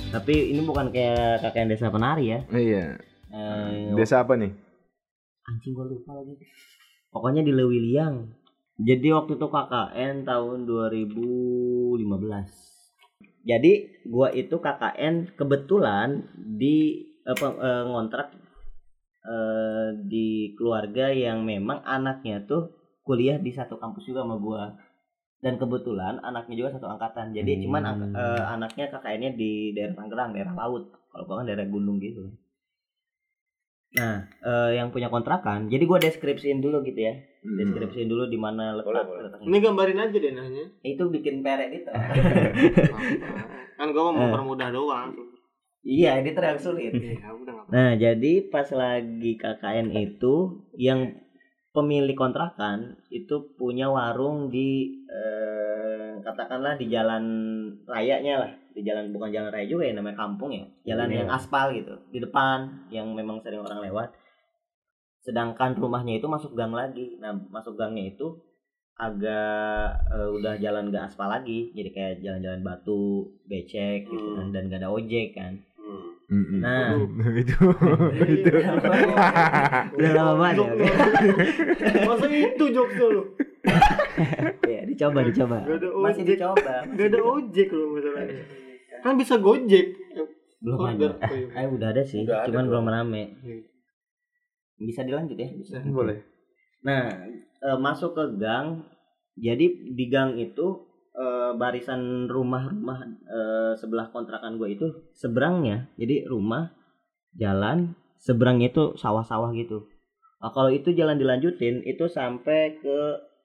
Tapi ini bukan kayak KKN Desa Penari ya. Iya. Desa apa nih? Anjing gua lupa lagi. Pokoknya di Lewiliang. Jadi waktu itu KKN tahun 2015. Jadi gua itu KKN kebetulan di ngontrak di keluarga yang memang anaknya tuh kuliah di satu kampus juga sama gua. Dan kebetulan anaknya juga satu angkatan. Jadi cuman anaknya KKN-nya di daerah Tangerang, daerah laut. Kalau gua kan daerah gunung gitu. Nah, yang punya kontrakan, jadi gua deskripsiin dulu gitu ya. Deskripsiin dulu di mana letaknya. Ini gambarin aja deh nanya. Itu bikin perek gitu. Kan gua mau mempermudah doang. Iya, editor yang sulit. Nah, jadi pas lagi KKN itu yang pemilik kontrakan itu punya warung di katakanlah di jalan rayanya lah, di jalan bukan jalan raya juga ya, namanya kampung ya, jalan yang aspal gitu di depan yang memang sering orang lewat. Sedangkan rumahnya itu masuk gang lagi. Nah, masuk gangnya itu agak udah jalan gak aspal lagi, jadi kayak jalan-jalan batu becek gitu kan, dan gak ada ojek kan. Nah itu udah lama banget ya. Masa itu jokes dulu? Ya dicoba masih dicoba. Gak ada ojek loh masalahnya. Kan bisa Gojek. Belum ada. Udah ada sih, cuman belum rame. Bisa dilanjut ya? Bisa. Boleh. Nah, masuk ke gang. Jadi di gang itu barisan rumah-rumah sebelah kontrakan gue itu seberangnya. Jadi rumah, jalan, seberangnya itu sawah-sawah gitu. Nah, kalau itu jalan dilanjutin itu sampai ke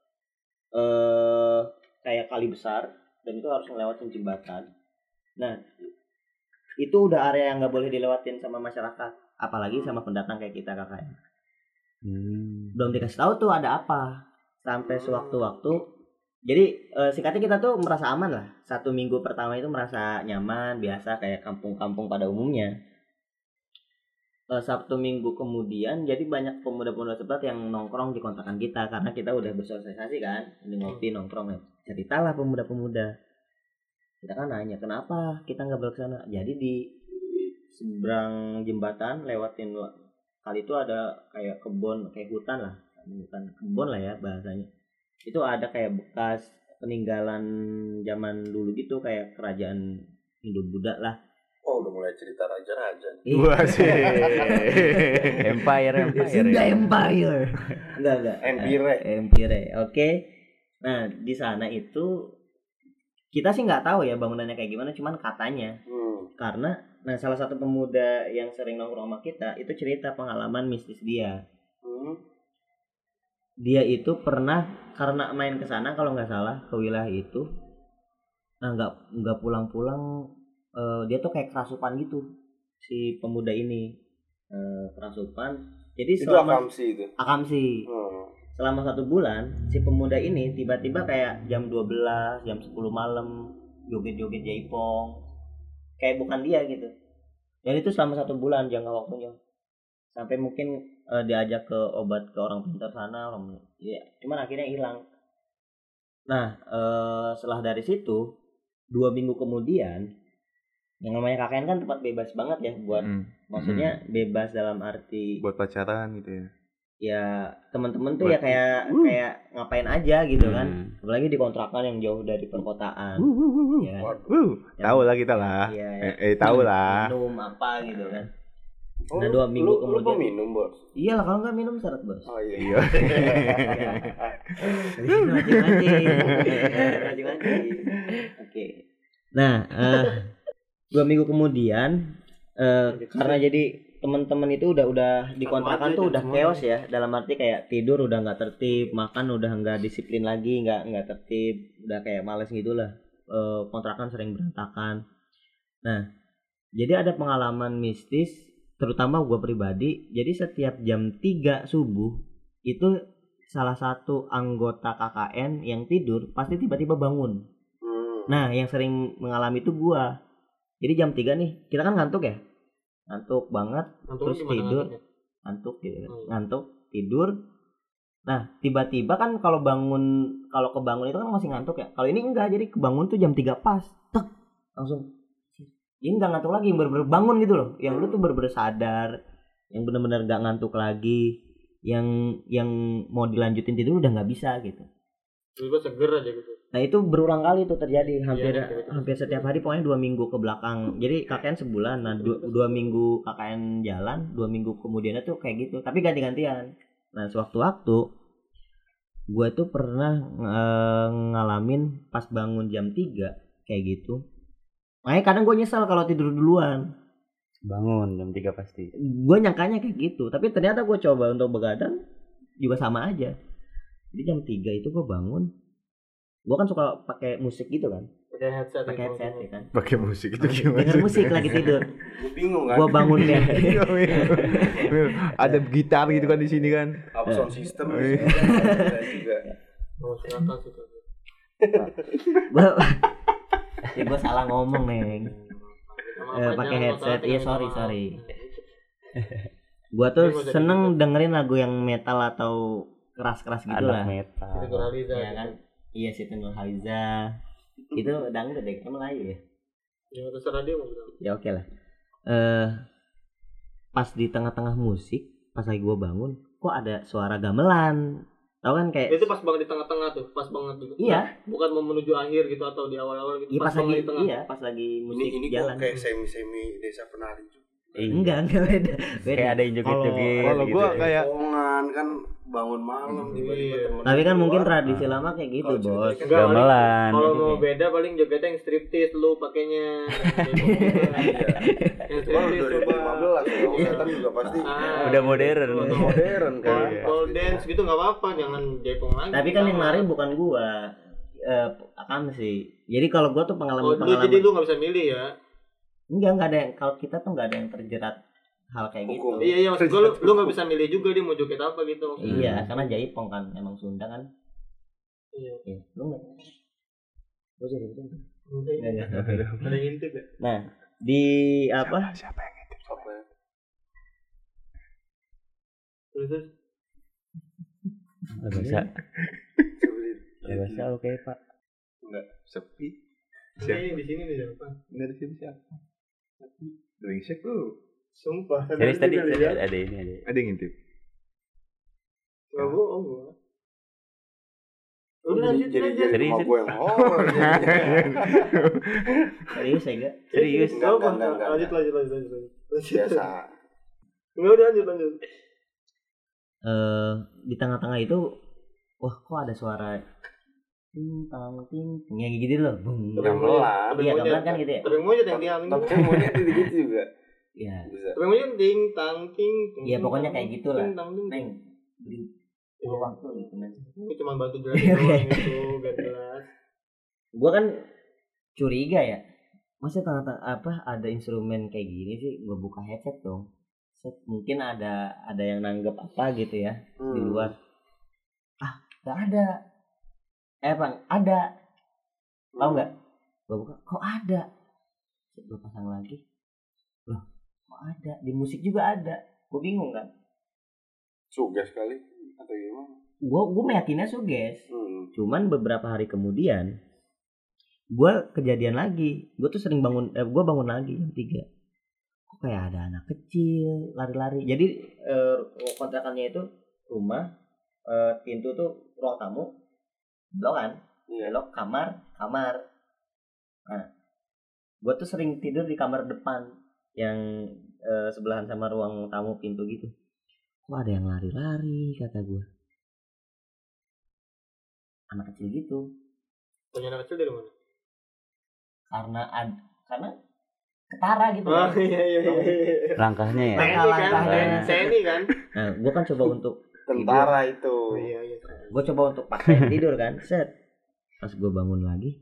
kayak kali besar, dan itu harus ngelewatin jembatan. Nah, itu udah area yang nggak boleh dilewatin sama masyarakat, apalagi sama pendatang kayak kita KKN. Belum dikasih tahu tuh ada apa sampai sewaktu-waktu. Jadi singkatnya kita tuh merasa aman lah. 1 minggu pertama itu merasa nyaman, biasa kayak kampung-kampung pada umumnya. 1 minggu kemudian jadi banyak pemuda-pemuda sebat yang nongkrong di kontrakan kita karena kita udah bersosialisasi kan, ini ngopi nongkrong ya. Ceritalah pemuda-pemuda. Kita kan nanya kenapa kita nggak balik sana. Jadi di seberang jembatan lewatin kali itu ada kayak kebun, kayak hutan lah, bukan kebun lah ya bahasanya. Itu ada kayak bekas peninggalan zaman dulu gitu, kayak kerajaan Hindu-Buddha lah. Oh, udah mulai cerita raja-raja. Wah sih. Empire. Sunda Empire. Enggak. Empire. Oke. Nah, di sana itu kita sih nggak tahu ya bangunannya kayak gimana, cuman katanya. Karena salah satu pemuda yang sering nongkrong sama kita itu cerita pengalaman mistis dia. Dia itu pernah karena main ke sana kalau nggak salah ke wilayah itu. Nah, nggak pulang-pulang, dia tuh kayak kerasupan gitu si pemuda ini. Kerasupan. Jadi itu akamsi. Selama 1 bulan si pemuda ini tiba-tiba kayak jam 12, jam 10 malam joget-joget jaipong. Kayak bukan dia gitu. Dan itu selama 1 bulan jangka waktunya. Sampai mungkin diajak ke obat ke orang pintar sana, ya, cuman akhirnya hilang. Nah, setelah dari situ 2 minggu kemudian, yang namanya KKN kan tempat bebas banget ya buat, maksudnya bebas dalam arti buat pacaran gitu ya. Ya teman-teman tuh ya kayak ngapain aja gitu kan, apalagi di kontrakan yang jauh dari perkotaan. Ya. Tahu lah kita lah. Ya, tahu lah. Minum apa gitu kan. Oh, nah 2 minggu kemudian. Lu minum bos? Iyalah, kalau nggak minum syarat bos. Oh iya. Mancing. Oke. Nah 2 minggu kemudian karena jadi teman-teman itu udah di kontrakan tuh udah chaos ya, dalam arti kayak tidur udah nggak tertib, makan udah nggak disiplin lagi, nggak tertib, udah kayak males gitulah. Kontrakan sering berantakan. Nah jadi ada pengalaman mistis, terutama gue pribadi. Jadi setiap jam 3 subuh itu salah satu anggota KKN yang tidur pasti tiba-tiba bangun. Nah yang sering mengalami itu gue. Jadi jam 3 nih kita kan ngantuk ya, ngantuk banget, terus tidur, ngantuk gitu, ngantuk tidur. Nah tiba-tiba kan kalau kebangun itu kan masih ngantuk ya. Kalau ini enggak, jadi kebangun tuh jam 3 pas, tek, langsung Ini nggak ngantuk lagi, yang bener-bener bangun gitu loh. Yang lu tuh bener-bener sadar, yang bener-bener nggak ngantuk lagi, yang mau dilanjutin tidur udah nggak bisa gitu. Tiba seger aja gitu. Nah itu berulang kali tuh terjadi hampir setiap hari, pokoknya 2 minggu ke belakang. Jadi KKN sebulan, nah 2 minggu KKN jalan, 2 minggu kemudiannya tuh kayak gitu. Tapi ganti-gantian. Nah sewaktu-waktu gue tuh pernah ngalamin pas bangun jam 3 kayak gitu. Makanya kadang gue nyesal kalau tidur duluan. Bangun jam 3 pasti. Gue nyangkanya kayak gitu, tapi ternyata gue coba untuk begadang juga sama aja. Jadi jam 3 itu gue bangun. Gue kan suka pakai musik gitu kan. Pakai headset ya kan. Pakai musik itu gimana? Dengar musik lagi tidur. Gue bingung kan. Gue bangun deh. Ada gitar gitu kan di sini kan. Apa sound system juga. Gue salah ngomong neng. Pakai headset. Iya sorry. Gue tuh seneng dengerin lagu yang metal atau keras-keras gitu lah. Metal. Ya kan. Iya Siti Nurhaliza. Itu dangdut deh, emang Melayu ya? Ya terserah dia mau bilang. Ya oke lah. Pas di tengah-tengah musik, pas lagi gue bangun, kok ada suara gamelan. Tahu kan kayak itu pas banget di tengah-tengah tuh, pas banget gitu. Iya. Bukan mau menuju akhir gitu atau di awal-awal gitu. Iya pas lagi di tengah. iya, pas lagi musik ini jalan. Ini kayak semi Desa Penari juga. Enggak beda. Kayak ada yang joget-joget. Kalau gitu. gue kayak Pongan kan bangun malam tiba-tiba temen. Tapi kan mungkin tradisi lama kayak gitu, Bos. Gamelan. Kalau mau beda paling jogetnya yang striptis lu pakainya. Yang striptis coba. 2015 setan juga pasti. Udah modern. Modern kan. Kalau dance gitu enggak apa-apa, jangan jepong lagi. Tapi kan yang nari bukan gua. Akan sih. Jadi kalau gua tuh pengalaman. Jadi lu enggak bisa milih ya. Enggak ada yang, kalau kita tuh enggak ada yang terjerat hal kayak gitu. Iya maksud gue lu enggak bisa milih juga dia mau joget apa gitu maksudnya. Iya, karena Jaipong kan emang Sunda kan. Iya. Lu enggak. Gua jadi itu. Enggak. Ada yang intip ya? Nah, di apa? siapa yang ngintip? Terus Enggak bisa. Enggak bisa oke, Pak. Enggak, sepi. ini di sini nih siapa? Enggak di sini siapa? Brengsek lu. Sumpah. Serius tadi ada ini ada. Ada yang ngintip. Enggak bohong gua. Udah lanjutin aja. Serius. Gue yang Serius ya enggak? Serius. Lanjut. biasa. Enggak udah lanjut. Di tengah-tengah itu wah kok ada suara ting tang ting kayak gitu loh. Gamelan. Iya, gamelan kan gitu ya. Tapi monyet yang dia Tapi monyet gitu juga. Iya. Bisa. tapi monyet ting tang ting. Iya, pokoknya kayak gitulah. Ting tang ting. Neng, beli waktu gitu men. Ini cuma bantu jelasin doang itu, gak jelas. Gua kan curiga ya. Masa tengah-tengah apa ada instrumen kayak gini sih? Gua buka headset dong. Mungkin ada yang nanggep apa gitu ya di luar. Gak ada. Bang, ada. Tahu nggak? Gua buka, kok ada? Gua pasang lagi. Loh, kok ada? Di musik juga ada. Gua bingung kan. Suges kali atau gimana? Gua meyakinnya suges. Cuman beberapa hari kemudian gua kejadian lagi. Gua tuh sering gua bangun lagi jam 3. Kok kayak ada anak kecil lari-lari. Jadi kontrakannya itu rumah, pintu tuh ruang tamu, belok kan, belok kamar. Nah, gue tuh sering tidur di kamar depan yang sebelahan sama ruang tamu pintu gitu. Kok ada yang lari-lari kata gue. Anak kecil gitu. Tanya anak kecil dari mana? Karena ketara gitu. Oh iya. Langkahnya ya. Langkah-langkahnya. Ini kan. Nah, gue kan coba untuk tentara itu. Iya. Gue coba untuk pakai tidur kan, set. Pas gue bangun lagi,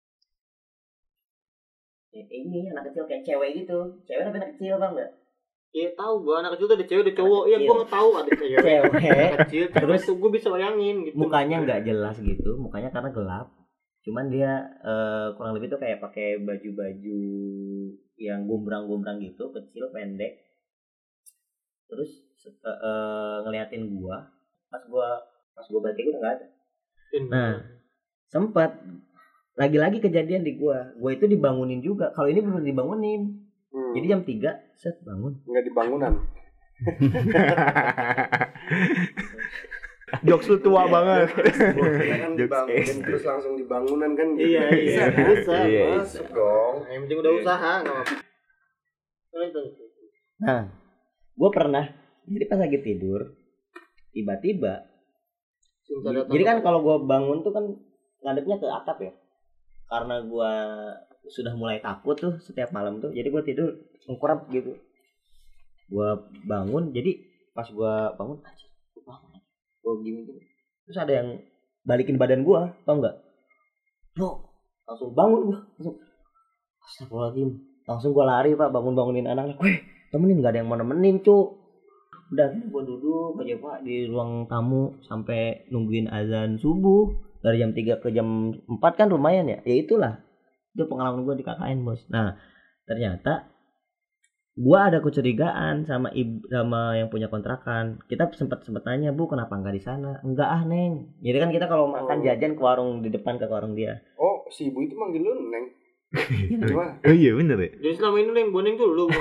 ini anak kecil kayak cewek gitu. Cewek tapi anak kecil, bang nggak? Iya tahu gue anak kecil tuh ada cewek ada cowok. Iya gue nggak tahu ada cewek. Anak kecil terus tuh gue bisa bayangin gitu. Mukanya nggak jelas gitu, mukanya karena gelap. Cuman dia kurang lebih tuh kayak pakai baju-baju yang gombrang-gombrang gitu, kecil, pendek. Terus ngeliatin gua. Pas gua balik udah nggak ada. Nah, sempat lagi-lagi kejadian di gue itu dibangunin juga. Kalau ini belum dibangunin. Jadi jam 3 set bangun. Enggak di bangunan. Jokes lu tua banget. Kan dibangunin terus langsung di bangunan kan. Iya. Bisa. Iya, Masuk dong. Yang penting udah usaha, enggak apa-apa. Nah, gue pernah jadi pas lagi tidur tiba-tiba. Jadi kan kalau gue bangun tuh kan ngadepnya ke atap ya. Karena gue sudah mulai takut tuh setiap malam tuh, jadi gue tidur ngkurap gitu. Gue bangun, jadi pas gue bangun gue gini tuh, terus ada yang balikin badan gue, tau nggak? Langsung bangun gue, langsung gue lari pak, bangunin anaknya, temenin, nggak ada yang mau nemenin cuk. Udah gue duduk aja pak di ruang tamu sampai nungguin azan subuh dari jam 3 ke jam 4 kan lumayan ya. Ya itulah. Itu pengalaman gue di KKN bos. Nah ternyata gue ada kecurigaan sama yang punya kontrakan. Kita sempat tanya, Bu kenapa nggak di sana? Enggak Neng. Jadi kan kita kalau makan jajan ke warung di depan ke warung dia. Oh si ibu itu manggil lu Neng. Gimana? Oh iya bener ya. Jadi selama ini Neng boneng tuh lu.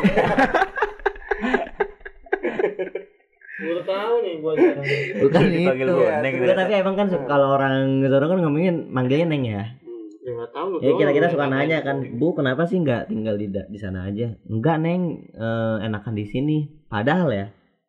Gue udah tahu nih gue sekarang. Bukan dipanggil itu. boneng gitu. Tapi emang kan kalau orang Zoro kan ngomongin manggilnya Neng ya. Ya enggak tahu lu. Ya kira-kira suka nanya kan, Bu kenapa sih nggak tinggal di sana aja? Enggak Neng, enakan di sini. Padahal ya,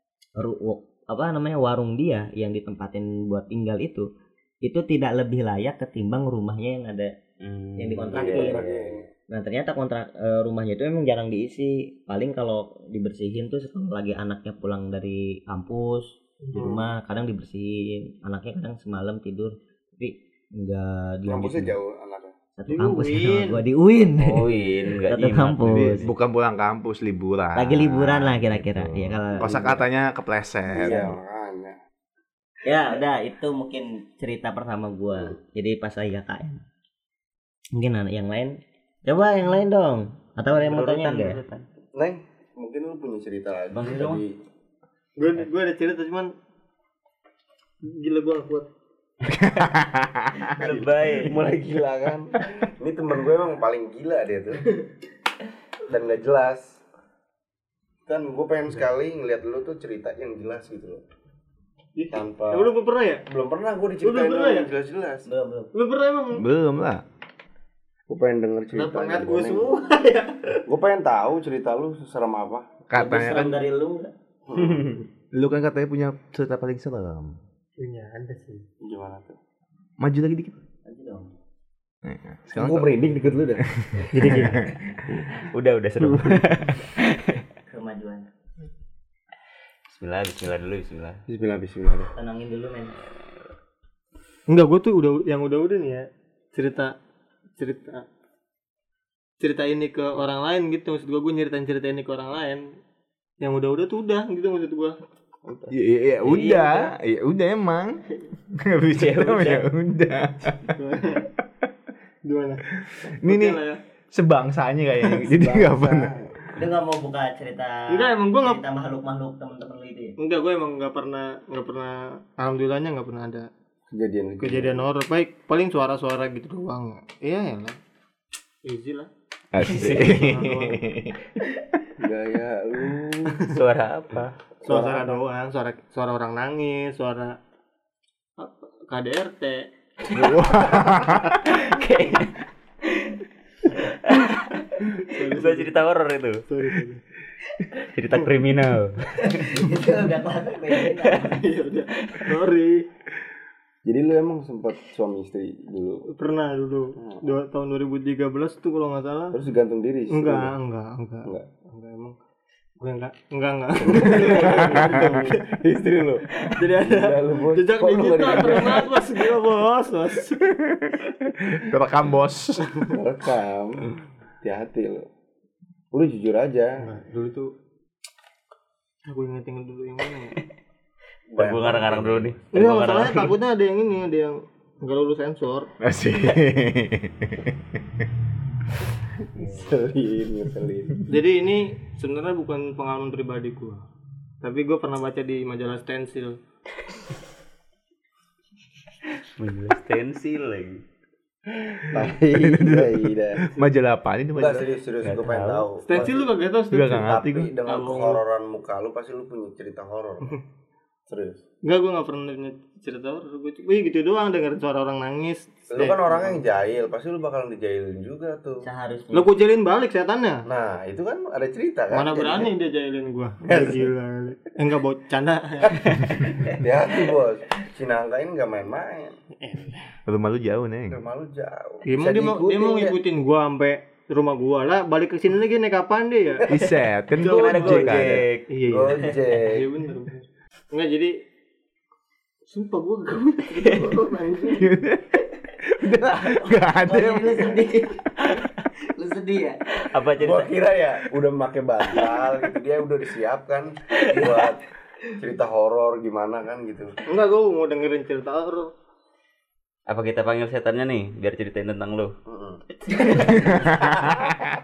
warung dia yang ditempatin buat tinggal itu tidak lebih layak ketimbang rumahnya yang ada yang dikontrakin. Nah ternyata kontrak rumahnya itu memang jarang diisi. Paling kalau dibersihin tuh kalau lagi anaknya pulang dari kampus di rumah kadang dibersihin. Anaknya kadang semalam tidur tapi enggak dilanjutin. Kampusnya jauh anaknya. Satu kampus gua di UIN. Enggak Satu kampus. Bukan pulang kampus, liburan. Lagi liburan lah kira-kira. Ya kalau Kosakatanya kepleset. Iya makanya. ya udah itu mungkin cerita pertama gua. Jadi pas lagi KKN. Mungkin yang lain. Coba yang lain dong. Atau ada yang mau tanya enggak? Neng, mungkin lu punya cerita lagi. Bang, dong. Gue ada cerita cuman gila gue gak kuat. Lebay. Mulai gila kan. Ini temen gue emang paling gila dia tuh. Dan gak jelas. Kan gue pengen sekali ngeliat lu tuh cerita yang jelas gitu loh. Tanpa Lu belum pernah ya? Belum pernah gue diceritain Lu belum pernah yang jelas-jelas. Belum. Lu pernah emang? Belum lah. Gue pengen denger cerita. Kenapa ngeliat gue semua ya? Gue pengen tahu cerita lu serem apa. Katanya kan dari lu enggak? lu kan katanya punya cerita paling serem. Punya ada sih. Gimana tuh? Maju lagi dikit. Nanti dong. Sekarang Gue merinding dikit lu dah. Jadi gini. Udah seru. Kemajuan. Bismillah dulu. Bismillah. Tenangin dulu men. Enggak, gue tuh udah nih ya. Cerita ini ke orang lain gitu. Maksud gue nyeritain cerita ini ke orang lain. Yang udah tuh udah gitu maksud gue. Iya udah emang. Enggak bisa ya udah. Gimana? Ini nih ya. sebangsanya kayaknya. Jadi enggak pernah. Lu enggak mau buka cerita. Enggak, emang gua cerita makhluk-makhluk teman-teman lu itu ya. Enggak, gue emang enggak pernah alhamdulillahnya enggak pernah ada kejadian horor. Paling suara-suara gitu doang. Iya lah. Easy lah. Asik. Gaya lu. Suara apa? Suara doang, suara orang nangis, suara apa? KDRT. Bisa cerita horor itu. Sorry. Cerita kriminal. Itu udah klasik Iya udah. Sorry. Jadi lu emang sempat suami istri dulu? Pernah dulu. Tahun 2013 tuh kalau enggak salah. Terus gantung diri? Enggak. Emang gue enggak. Istri lu? Jadi ada jejak digital pernah bos, gila bos. Rekam bos. Rekam. Hati-hati lu. Lu jujur aja. Nah, dulu tuh aku ingetin dulu yang mana ya? Gue ngarang-ngarang dulu nih. Enggak, masalahnya takutnya ada yang enggak lulus sensor. Asik. Ngeselin. Jadi ini sebenarnya bukan pengalaman pribadi gua. Tapi gua pernah baca di majalah Stensil. Majalah Stensil lagi. Majalah apaan itu Enggak, majalah? serius gue pengen tahu. Stensil lu kagak tahu Juga stensil? nggak ngerti Tapi gue. dengan kehororan muka lu pasti lu punya cerita horor. Serius. Enggak, gue gak pernah punya cerita horor. Gue gitu doang dengerin suara orang nangis. Lu kan orangnya yang jahil, pasti lu bakalan dijailin juga tuh. Seharusnya. Lo gue jahilin balik setannya. Nah, itu kan ada cerita kan. Mana berani dia jahilin gue. Gila. Enggak bawa canda. Hati-hati, Bos. Si Nangka ini enggak main-main. Rumah lu jauh, Neng. Rumah lu jauh. Emang dia mau ngikutin gue sampai rumah gue lah. Balik ke sini lagi naik kapan dia ya? Iset, kan Kan ada Gojek ada. Gojek. Iya. Gojek. Iya bener. Enggak, jadi sumpah gue gak punya horor anjing. Gak ada. Lu sedih. Lu sedih ya? Apa Gua cerita? kira ya udah pakai bantal gitu, dia udah disiapkan buat cerita horor gimana kan gitu. Enggak, gue mau dengerin cerita horor. Apa kita panggil setannya nih biar ceritain tentang lu?